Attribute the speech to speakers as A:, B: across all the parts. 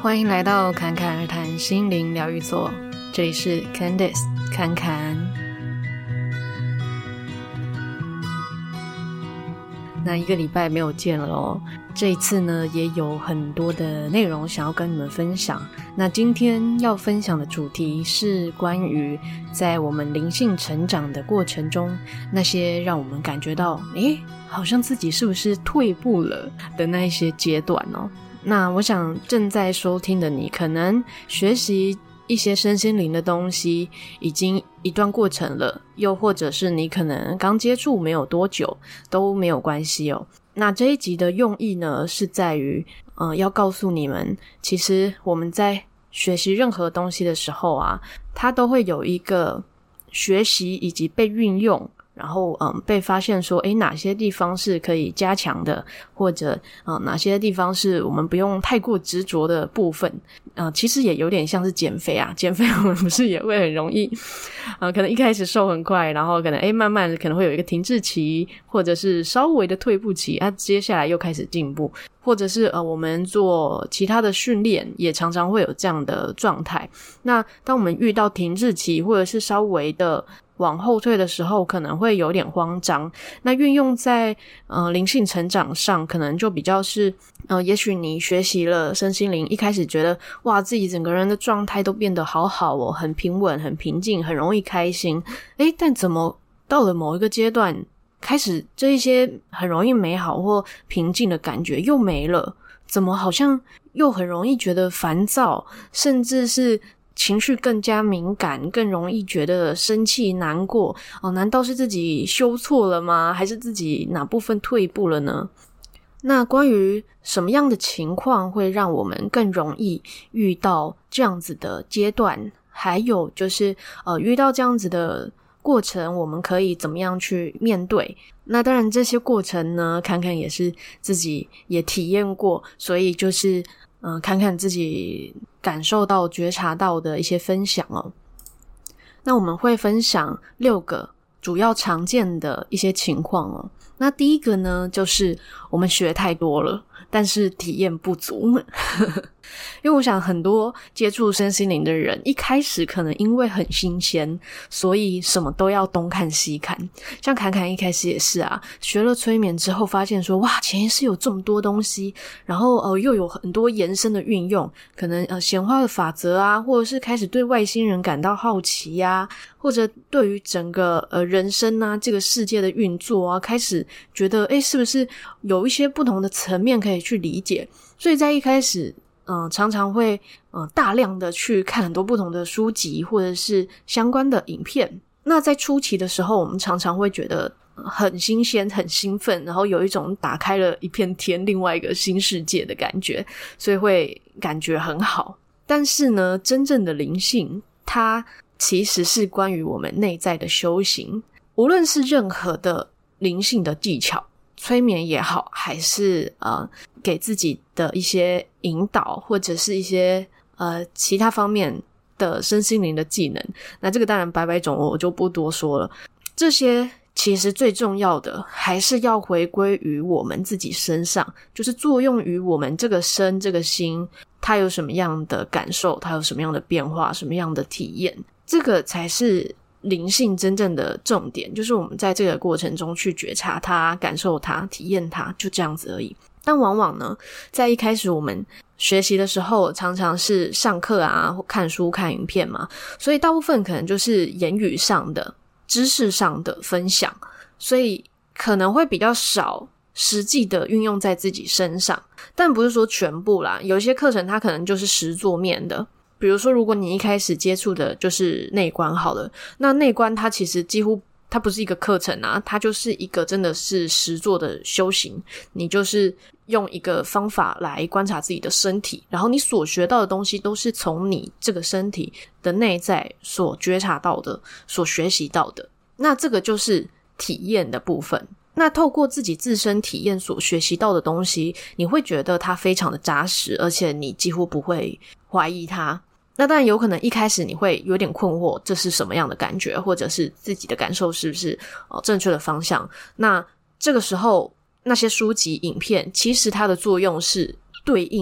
A: 欢迎来到侃侃而谈心灵疗愈所，这里是 Candice 侃侃。那一个礼拜没有见了哦，这一次呢也有很多的内容想要跟你们分享。那今天要分享的主题是关于在我们灵性成长的过程中，那些让我们感觉到好像自己是不是退步了的那一些阶段哦。那我想正在收听的你，可能学习一些身心灵的东西已经一段过程了，又或者是你可能刚接触没有多久，都没有关系哦。那这一集的用意呢，是在于要告诉你们，其实我们在学习任何东西的时候啊，它都会有一个学习以及被运用，然后被发现说哪些地方是可以加强的，或者哪些地方是我们不用太过执着的部分。其实也有点像是减肥啊，减肥我们不是也会很容易可能一开始瘦很快，然后可能慢慢可能会有一个停滞期，或者是稍微的退步期接下来又开始进步，或者是我们做其他的训练也常常会有这样的状态。那当我们遇到停滞期或者是稍微的往后退的时候，可能会有点慌张。那运用在灵性成长上，可能就比较是也许你学习了身心灵，一开始觉得哇，自己整个人的状态都变得好好哦，很平稳，很平静，很容易开心。但怎么到了某一个阶段，开始这一些很容易美好或平静的感觉又没了？怎么好像又很容易觉得烦躁，甚至是情绪更加敏感，更容易觉得生气难过难道是自己修错了吗？还是自己哪部分退步了呢？那关于什么样的情况会让我们更容易遇到这样子的阶段，还有就是遇到这样子的过程，我们可以怎么样去面对？那当然这些过程呢，侃侃也是自己也体验过，所以就是看看自己感受到觉察到的一些分享哦。那我们会分享6个主要常见的一些情况哦。那第一个呢，就是我们学太多了，但是体验不足因为我想很多接触身心灵的人，一开始可能因为很新鲜，所以什么都要东看西看。像侃侃一开始也是啊，学了催眠之后发现说哇，前世有这么多东西，然后又有很多延伸的运用，可能显化的法则啊，或者是开始对外星人感到好奇啊，或者对于整个人生啊，这个世界的运作啊，开始觉得是不是有一些不同的层面可以去理解。所以在一开始常常会大量的去看很多不同的书籍或者是相关的影片。那在初期的时候，我们常常会觉得很新鲜很兴奋，然后有一种打开了一片天，另外一个新世界的感觉，所以会感觉很好。但是呢，真正的灵性它其实是关于我们内在的修行，无论是任何的灵性的技巧，催眠也好，还是给自己的一些引导，或者是一些其他方面的身心灵的技能，那这个当然百百种我就不多说了。这些其实最重要的还是要回归于我们自己身上，就是作用于我们这个身这个心，它有什么样的感受，它有什么样的变化，什么样的体验，这个才是灵性真正的重点，就是我们在这个过程中去觉察它，感受它，体验它，就这样子而已。但往往呢，在一开始我们学习的时候，常常是上课啊，或看书看影片嘛，所以大部分可能就是言语上的知识上的分享，所以可能会比较少实际的运用在自己身上。但不是说全部啦，有一些课程它可能就是实作面的。比如说如果你一开始接触的就是内观好了，那内观它其实几乎它不是一个课程啊，它就是一个真的是实作的修行。你就是用一个方法来观察自己的身体，然后你所学到的东西都是从你这个身体的内在所觉察到的，所学习到的，那这个就是体验的部分。那透过自己自身体验所学习到的东西，你会觉得它非常的扎实，而且你几乎不会怀疑它。那当然有可能一开始你会有点困惑，这是什么样的感觉，或者是自己的感受是不是正确的方向。那这个时候那些书籍影片其实它的作用是对应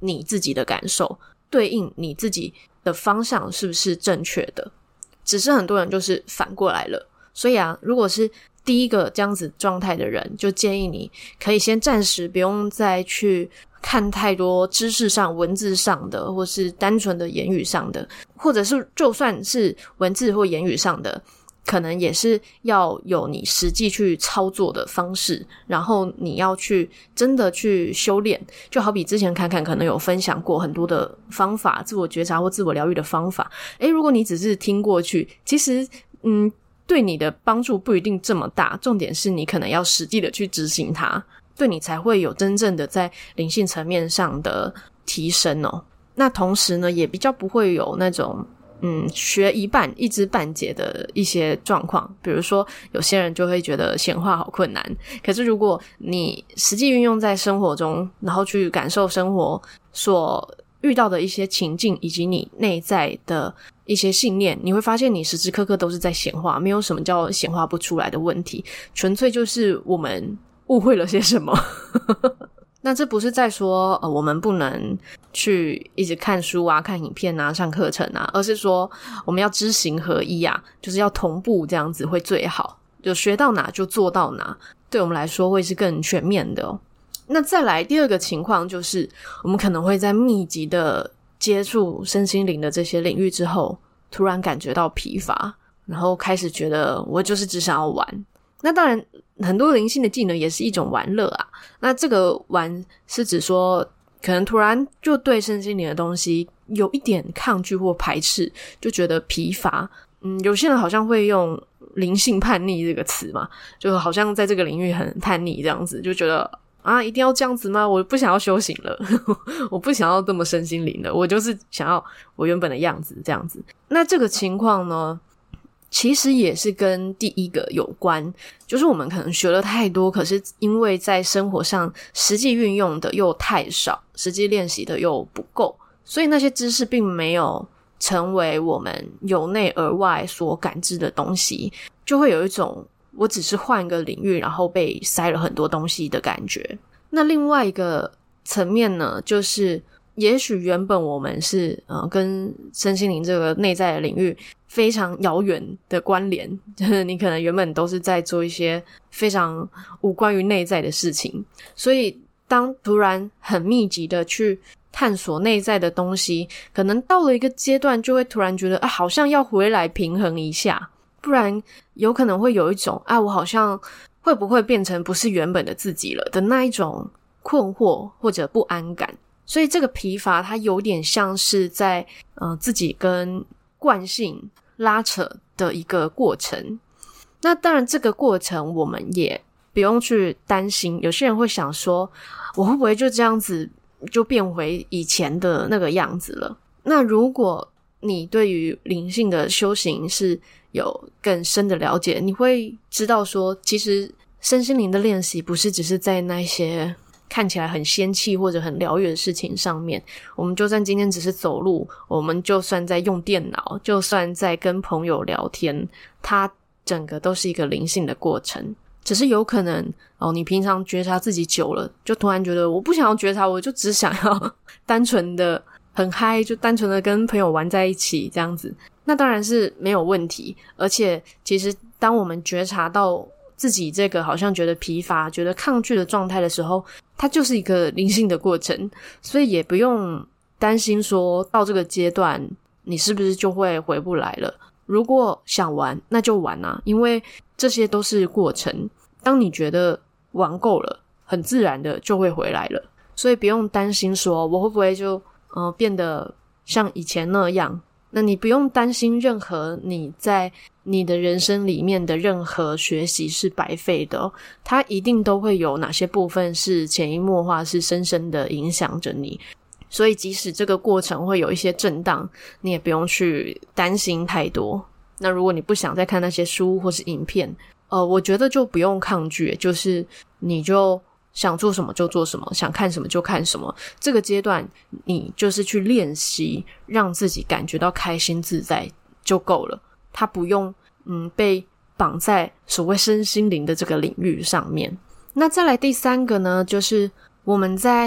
A: 你自己的感受，对应你自己的方向是不是正确的。只是很多人就是反过来了，所以如果是第一个这样子状态的人，就建议你可以先暂时不用再去看太多知识上文字上的，或是单纯的言语上的，或者是就算是文字或言语上的，可能也是要有你实际去操作的方式，然后你要去真的去修炼。就好比之前侃侃可能有分享过很多的方法，自我觉察或自我疗愈的方法，如果你只是听过去，其实对你的帮助不一定这么大，重点是你可能要实际的去执行它，对你才会有真正的在灵性层面上的提升哦。那同时呢，也比较不会有那种学一半一知半解的一些状况。比如说有些人就会觉得显化好困难，可是如果你实际运用在生活中，然后去感受生活所遇到的一些情境，以及你内在的一些信念，你会发现你时时刻刻都是在显化，没有什么叫显化不出来的问题，纯粹就是我们误会了些什么那这不是在说我们不能去一直看书啊、看影片啊、上课程啊，而是说我们要知行合一啊，就是要同步，这样子会最好，就学到哪就做到哪，对我们来说会是更全面的哦。那再来第二个情况就是，我们可能会在密集的接触身心灵的这些领域之后，突然感觉到疲乏，然后开始觉得我就是只想要玩。那当然很多灵性的技能也是一种玩乐啊，那这个玩是指说可能突然就对身心灵的东西有一点抗拒或排斥，就觉得疲乏。有些人好像会用灵性叛逆这个词嘛，就好像在这个领域很叛逆这样子，就觉得一定要这样子吗？我不想要修行了我不想要这么身心灵了，我就是想要我原本的样子这样子。那这个情况呢，其实也是跟第一个有关，就是我们可能学了太多，可是因为在生活上实际运用的又太少，实际练习的又不够，所以那些知识并没有成为我们由内而外所感知的东西，就会有一种我只是换一个领域然后被塞了很多东西的感觉。那另外一个层面呢，就是也许原本我们是跟身心灵这个内在的领域非常遥远的关联，就是你可能原本都是在做一些非常无关于内在的事情，所以当突然很密集的去探索内在的东西，可能到了一个阶段就会突然觉得好像要回来平衡一下，不然有可能会有一种我好像会不会变成不是原本的自己了的那一种困惑或者不安感。所以这个疲乏它有点像是在自己跟惯性拉扯的一个过程。那当然这个过程我们也不用去担心，有些人会想说我会不会就这样子就变回以前的那个样子了。那如果你对于灵性的修行是有更深的了解，你会知道说其实身心灵的练习不是只是在那些看起来很仙气或者很疗愈的事情上面，我们就算今天只是走路，我们就算在用电脑，就算在跟朋友聊天，它整个都是一个灵性的过程。只是有可能你平常觉察自己久了，就突然觉得我不想要觉察，我就只想要单纯的很嗨，就单纯的跟朋友玩在一起这样子，那当然是没有问题。而且其实当我们觉察到自己这个好像觉得疲乏、觉得抗拒的状态的时候，它就是一个灵性的过程，所以也不用担心说到这个阶段你是不是就会回不来了。如果想玩那就玩啊，因为这些都是过程，当你觉得玩够了，很自然的就会回来了。所以不用担心说我会不会就变得像以前那样，那你不用担心任何你在你的人生里面的任何学习是白费的它一定都会有哪些部分是潜移默化，是深深的影响着你。所以即使这个过程会有一些震荡，你也不用去担心太多。那如果你不想再看那些书或是影片，我觉得就不用抗拒，就是你就想做什么就做什么，想看什么就看什么。这个阶段你就是去练习让自己感觉到开心自在就够了，它不用被绑在所谓身心灵的这个领域上面。那再来第三个呢，就是我们在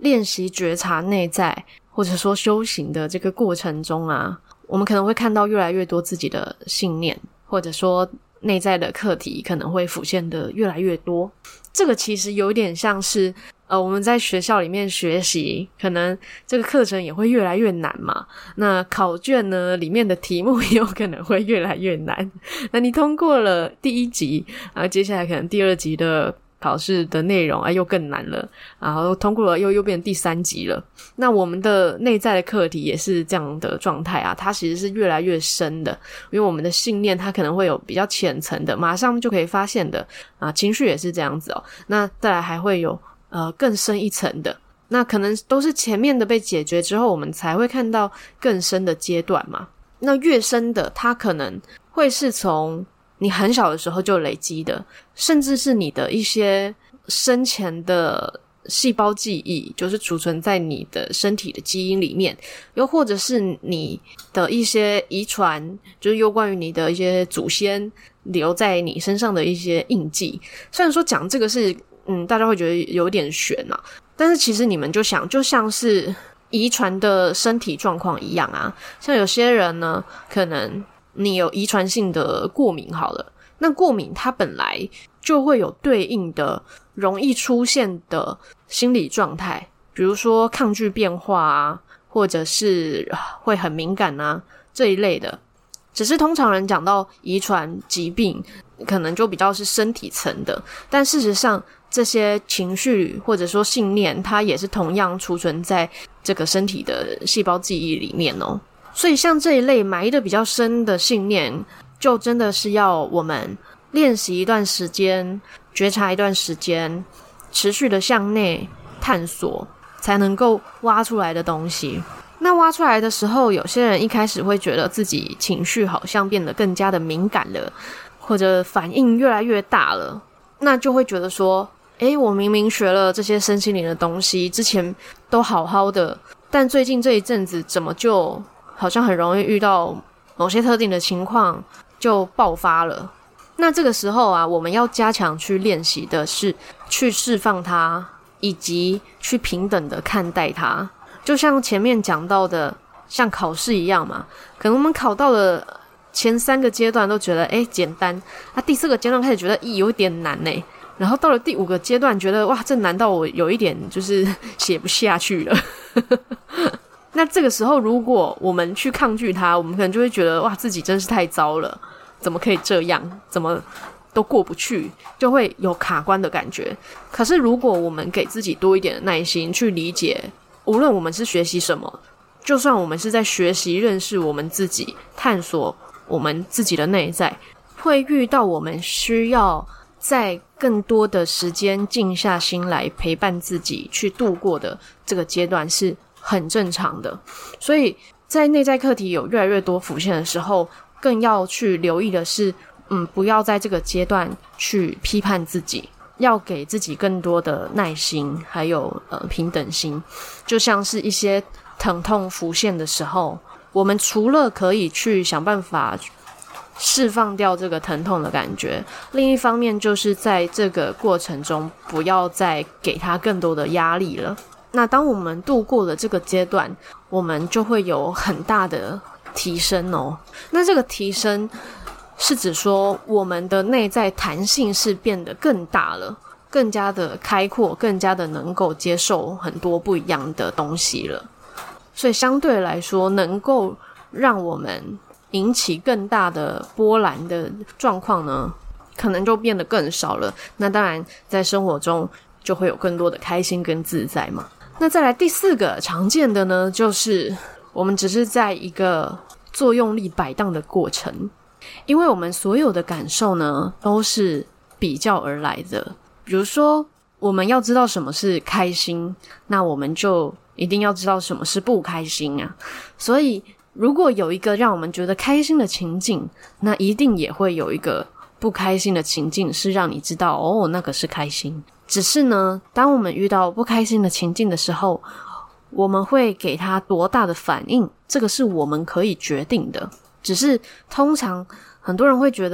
A: 练习觉察内在或者说修行的这个过程中啊，我们可能会看到越来越多自己的信念，或者说内在的课题可能会浮现的越来越多。这个其实有点像是我们在学校里面学习，可能这个课程也会越来越难嘛，那考卷呢里面的题目也有可能会越来越难。那你通过了第一级，然后接下来可能第二级的考试的内容又更难了，然后通过了又变成第三级了。那我们的内在的课题也是这样的状态啊，它其实是越来越深的，因为我们的信念它可能会有比较浅层的马上就可以发现的情绪也是这样子哦。那再来还会有更深一层的，那可能都是前面的被解决之后，我们才会看到更深的阶段嘛。那越深的它可能会是从你很小的时候就累积的，甚至是你的一些生前的细胞记忆，就是储存在你的身体的基因里面，又或者是你的一些遗传，就是有关于你的一些祖先留在你身上的一些印记。虽然说讲这个是大家会觉得有点悬啊，但是其实你们就想，就像是遗传的身体状况一样啊。像有些人呢，可能你有遗传性的过敏好了，那过敏它本来就会有对应的容易出现的心理状态，比如说抗拒变化啊，或者是会很敏感啊这一类的。只是通常人讲到遗传疾病可能就比较是身体层的，但事实上这些情绪或者说信念它也是同样储存在这个身体的细胞记忆里面哦。所以像这一类埋得比较深的信念，就真的是要我们练习一段时间，觉察一段时间，持续的向内探索，才能够挖出来的东西。那挖出来的时候，有些人一开始会觉得自己情绪好像变得更加的敏感了，或者反应越来越大了，那就会觉得说我明明学了这些身心灵的东西，之前都好好的，但最近这一阵子怎么就好像很容易遇到某些特定的情况就爆发了。那这个时候啊，我们要加强去练习的是去释放它，以及去平等的看待它。就像前面讲到的像考试一样嘛，可能我们考到了前3个阶段都觉得简单，第4个阶段开始觉得有一点难然后到了第5个阶段觉得哇，这难到我有一点就是写不下去了那这个时候如果我们去抗拒它，我们可能就会觉得哇，自己真是太糟了，怎么可以这样，怎么都过不去，就会有卡关的感觉。可是如果我们给自己多一点的耐心去理解，无论我们是学习什么，就算我们是在学习认识我们自己，探索我们自己的内在，会遇到我们需要在更多的时间静下心来陪伴自己去度过的这个阶段是很正常的。所以在内在课题有越来越多浮现的时候，更要去留意的是不要在这个阶段去批判自己，要给自己更多的耐心还有平等心。就像是一些疼痛浮现的时候，我们除了可以去想办法释放掉这个疼痛的感觉，另一方面就是在这个过程中不要再给它更多的压力了。那当我们度过了这个阶段，我们就会有很大的提升哦。那这个提升是指说我们的内在弹性是变得更大了，更加的开阔，更加的能够接受很多不一样的东西了。所以相对来说，能够让我们引起更大的波澜的状况呢，可能就变得更少了。那当然在生活中就会有更多的开心跟自在嘛。那再来第4个常见的呢，就是我们只是在一个作用力摆荡的过程。因为我们所有的感受呢都是比较而来的，比如说我们要知道什么是开心，那我们就一定要知道什么是不开心啊。所以如果有一个让我们觉得开心的情境，那一定也会有一个不开心的情境是让你知道那个是开心。只是呢，当我们遇到不开心的情境的时候，我们会给它多大的反应，这个是我们可以决定的。只是通常很多人会觉得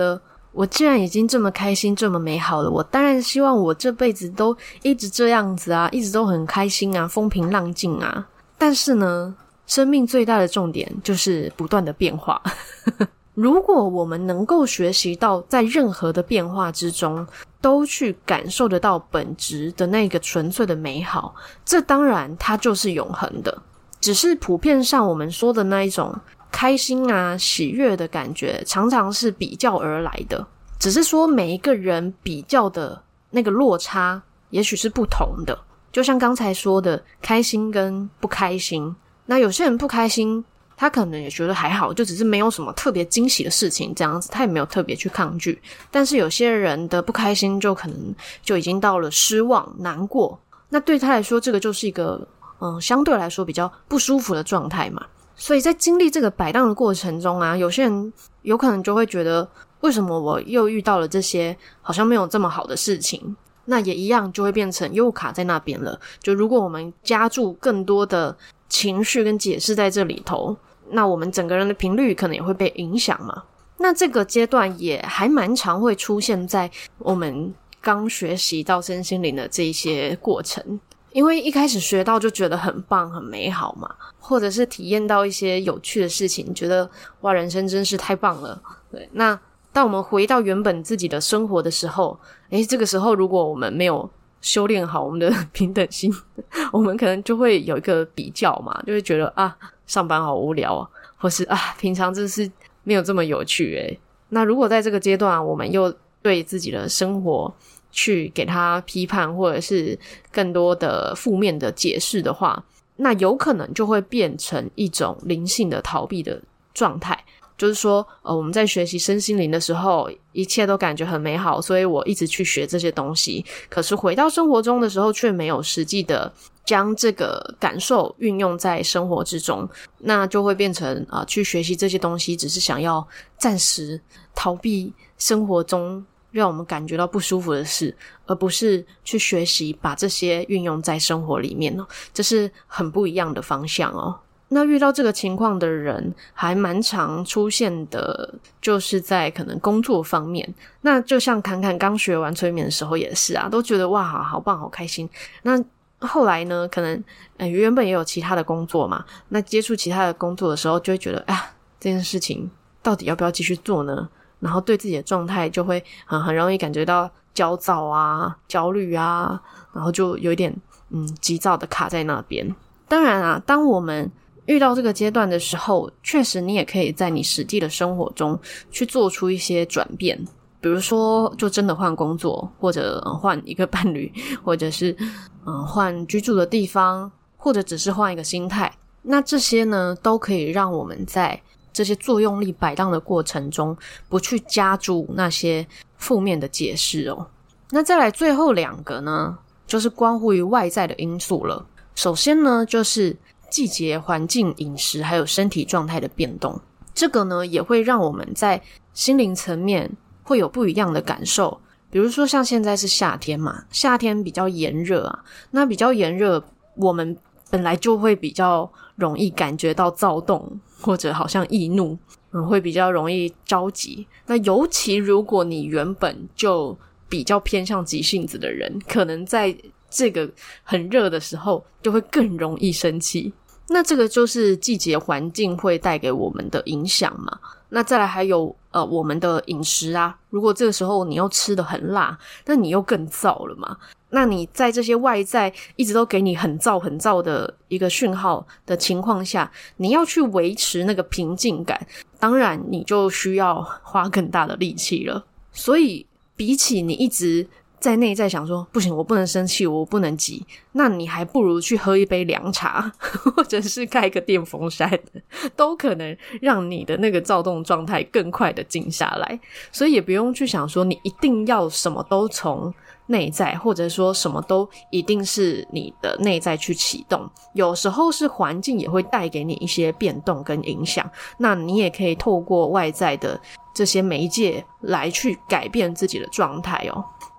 A: 我既然已经这么开心这么美好了，我当然希望我这辈子都一直这样子啊，一直都很开心啊，风平浪静啊。但是呢，生命最大的重点就是不断的变化如果我们能够学习到在任何的变化之中都去感受得到本质的那个纯粹的美好，这当然它就是永恒的。只是普遍上我们说的那一种开心啊喜悦的感觉常常是比较而来的，只是说每一个人比较的那个落差也许是不同的，就像刚才说的开心跟不开心，那有些人不开心他可能也觉得还好，就只是没有什么特别惊喜的事情这样子，他也没有特别去抗拒。但是有些人的不开心就可能就已经到了失望难过，那对他来说这个就是一个相对来说比较不舒服的状态嘛。所以在经历这个摆荡的过程中啊，有些人有可能就会觉得为什么我又遇到了这些好像没有这么好的事情，那也一样就会变成又卡在那边了。就如果我们加注更多的情绪跟解释在这里头，那我们整个人的频率可能也会被影响嘛。那这个阶段也还蛮常会出现在我们刚学习到身心灵的这一些过程，因为一开始学到就觉得很棒很美好嘛，或者是体验到一些有趣的事情，觉得哇人生真是太棒了。对，那当我们回到原本自己的生活的时候，这个时候如果我们没有修炼好我们的平等心我们可能就会有一个比较嘛，就会觉得啊上班好无聊啊，或是啊平常真是没有这么有趣那如果在这个阶段我们又对自己的生活去给他批判或者是更多的负面的解释的话，那有可能就会变成一种灵性的逃避的状态。就是说我们在学习身心灵的时候一切都感觉很美好，所以我一直去学这些东西，可是回到生活中的时候却没有实际的将这个感受运用在生活之中，那就会变成去学习这些东西只是想要暂时逃避生活中让我们感觉到不舒服的事，而不是去学习把这些运用在生活里面这是很不一样的方向那遇到这个情况的人还蛮常出现的，就是在可能工作方面。那就像侃侃刚学完催眠的时候也是都觉得哇好棒好开心。那后来呢可能原本也有其他的工作嘛，那接触其他的工作的时候就会觉得这件事情到底要不要继续做呢，然后对自己的状态就会很容易感觉到焦躁啊焦虑啊，然后就有一点急躁的卡在那边。当然当我们遇到这个阶段的时候，确实你也可以在你实际的生活中去做出一些转变，比如说就真的换工作，或者换一个伴侣，或者是换居住的地方，或者只是换一个心态。那这些呢都可以让我们在这些作用力摆荡的过程中不去加注那些负面的解释那再来最后两个呢就是关乎于外在的因素了。首先呢就是季节、环境、饮食还有身体状态的变动，这个呢也会让我们在心灵层面会有不一样的感受。比如说像现在是夏天嘛，夏天比较炎热那比较炎热我们本来就会比较容易感觉到躁动或者好像易怒会比较容易着急。那尤其如果你原本就比较偏向急性子的人，可能在这个很热的时候就会更容易生气。那这个就是季节环境会带给我们的影响嘛。那再来还有我们的饮食如果这个时候你又吃得很辣，那你又更燥了嘛。那你在这些外在一直都给你很燥很燥的一个讯号的情况下，你要去维持那个平静感，当然你就需要花更大的力气了。所以比起你一直在内在想说不行我不能生气我不能急，那你还不如去喝一杯凉茶或者是开一个电风扇，都可能让你的那个躁动状态更快的静下来。所以也不用去想说你一定要什么都从内在，或者说什么都一定是你的内在去启动，有时候是环境也会带给你一些变动跟影响，那你也可以透过外在的这些媒介来去改变自己的状态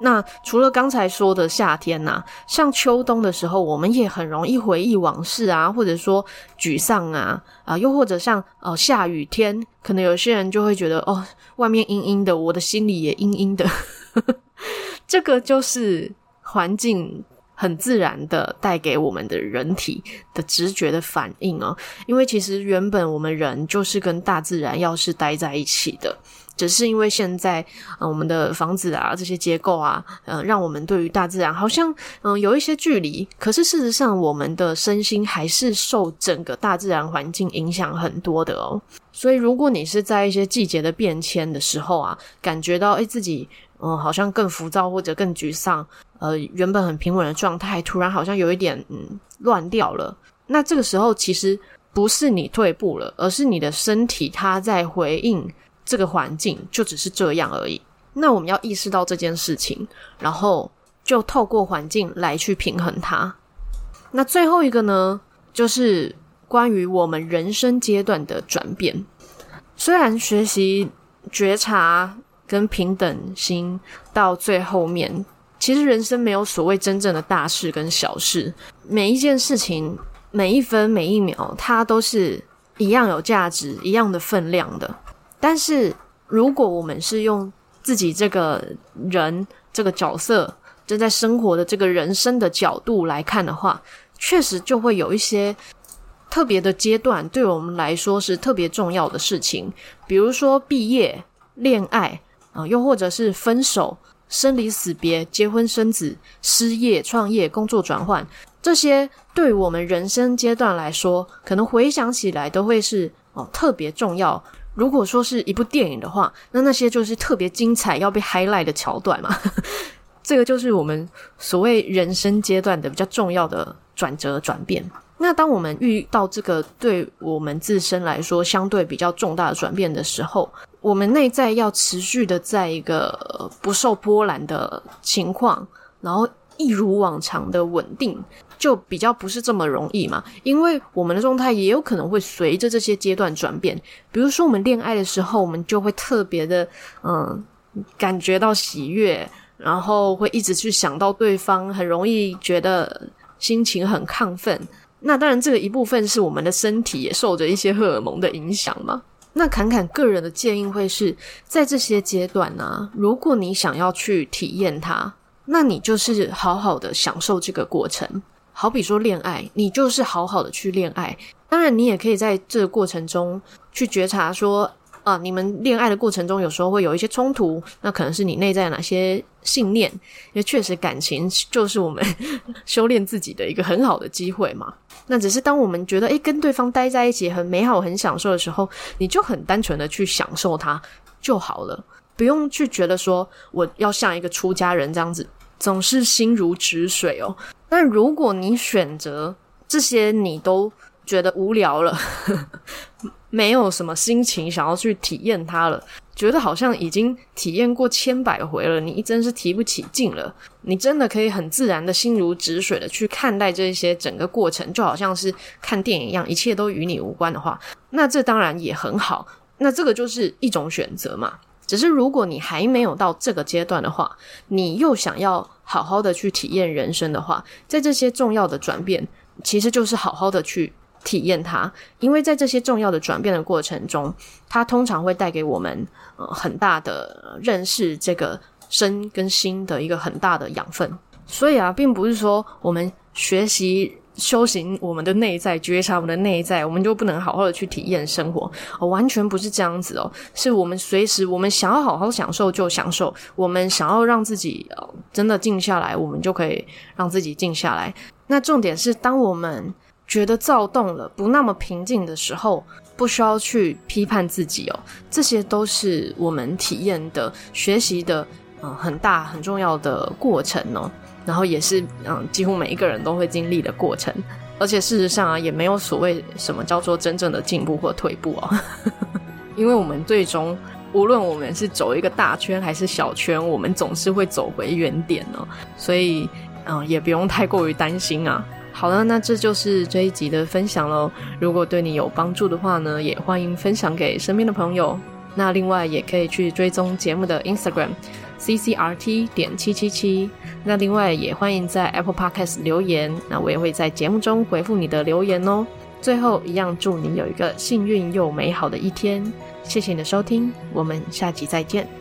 A: 那除了刚才说的夏天啊，像秋冬的时候，我们也很容易回忆往事啊，或者说沮丧啊，又或者像下雨天，可能有些人就会觉得外面阴阴的，我的心里也阴阴的。这个就是环境很自然的带给我们的人体的直觉的反应哦。因为其实原本我们人就是跟大自然要是待在一起的，只是因为现在我们的房子啊这些结构啊让我们对于大自然好像有一些距离，可是事实上我们的身心还是受整个大自然环境影响很多的哦。所以如果你是在一些季节的变迁的时候啊，感觉到自己好像更浮躁或者更沮丧，原本很平稳的状态突然好像有一点乱掉了，那这个时候其实不是你退步了，而是你的身体它在回应这个环境，就只是这样而已。那我们要意识到这件事情，然后就透过环境来去平衡它。那最后一个呢，就是关于我们人生阶段的转变。虽然学习觉察跟平等心到最后面，其实人生没有所谓真正的大事跟小事，每一件事情每一分每一秒它都是一样有价值一样的分量的。但是如果我们是用自己这个人这个角色正在生活的这个人生的角度来看的话，确实就会有一些特别的阶段对我们来说是特别重要的事情，比如说毕业、恋爱又或者是分手、生离死别、结婚生子、失业、创业、工作转换，这些对我们人生阶段来说可能回想起来都会是特别重要。如果说是一部电影的话，那些就是特别精彩要被 highlight 的桥段嘛。这个就是我们所谓人生阶段的比较重要的转折转变。那当我们遇到这个对我们自身来说相对比较重大的转变的时候，我们内在要持续的在一个不受波澜的情况，然后一如往常的稳定，就比较不是这么容易嘛。因为我们的状态也有可能会随着这些阶段转变。比如说我们恋爱的时候，我们就会特别的感觉到喜悦，然后会一直去想到对方，很容易觉得心情很亢奋。那当然这个一部分是我们的身体也受着一些荷尔蒙的影响嘛。那侃个人的建议会是，在这些阶段啊，如果你想要去体验它，那你就是好好的享受这个过程。好比说恋爱，你就是好好的去恋爱。当然你也可以在这个过程中去觉察说你们恋爱的过程中有时候会有一些冲突，那可能是你内在哪些信念，因为确实感情就是我们修炼自己的一个很好的机会嘛。那只是当我们觉得跟对方待在一起很美好很享受的时候，你就很单纯的去享受它就好了，不用去觉得说我要像一个出家人这样子总是心如止水哦。但如果你选择这些你都觉得无聊了没有什么心情想要去体验它了，觉得好像已经体验过千百回了，你真是提不起劲了，你真的可以很自然的心如止水的去看待这些整个过程，就好像是看电影一样，一切都与你无关的话，那这当然也很好，那这个就是一种选择嘛。只是如果你还没有到这个阶段的话，你又想要好好的去体验人生的话，在这些重要的转变其实就是好好的去体验它。因为在这些重要的转变的过程中，它通常会带给我们很大的认识这个身跟心的一个很大的养分。所以并不是说我们学习修行我们的内在，觉察我们的内在，我们就不能好好的去体验生活完全不是这样子是我们随时我们想要好好享受就享受，我们想要让自己真的静下来，我们就可以让自己静下来。那重点是当我们觉得躁动了，不那么平静的时候，不需要去批判自己这些都是我们体验的学习的很大很重要的过程然后也是几乎每一个人都会经历的过程。而且事实上也没有所谓什么叫做真正的进步或退步因为我们最终无论我们是走一个大圈还是小圈，我们总是会走回原点所以也不用太过于担心好了，那这就是这一集的分享咯。如果对你有帮助的话呢，也欢迎分享给身边的朋友。那另外也可以去追踪节目的 Instagram， ccrt.777。那另外也欢迎在 Apple Podcast 留言，那我也会在节目中回复你的留言哦。最后一样祝你有一个幸运又美好的一天，谢谢你的收听，我们下集再见。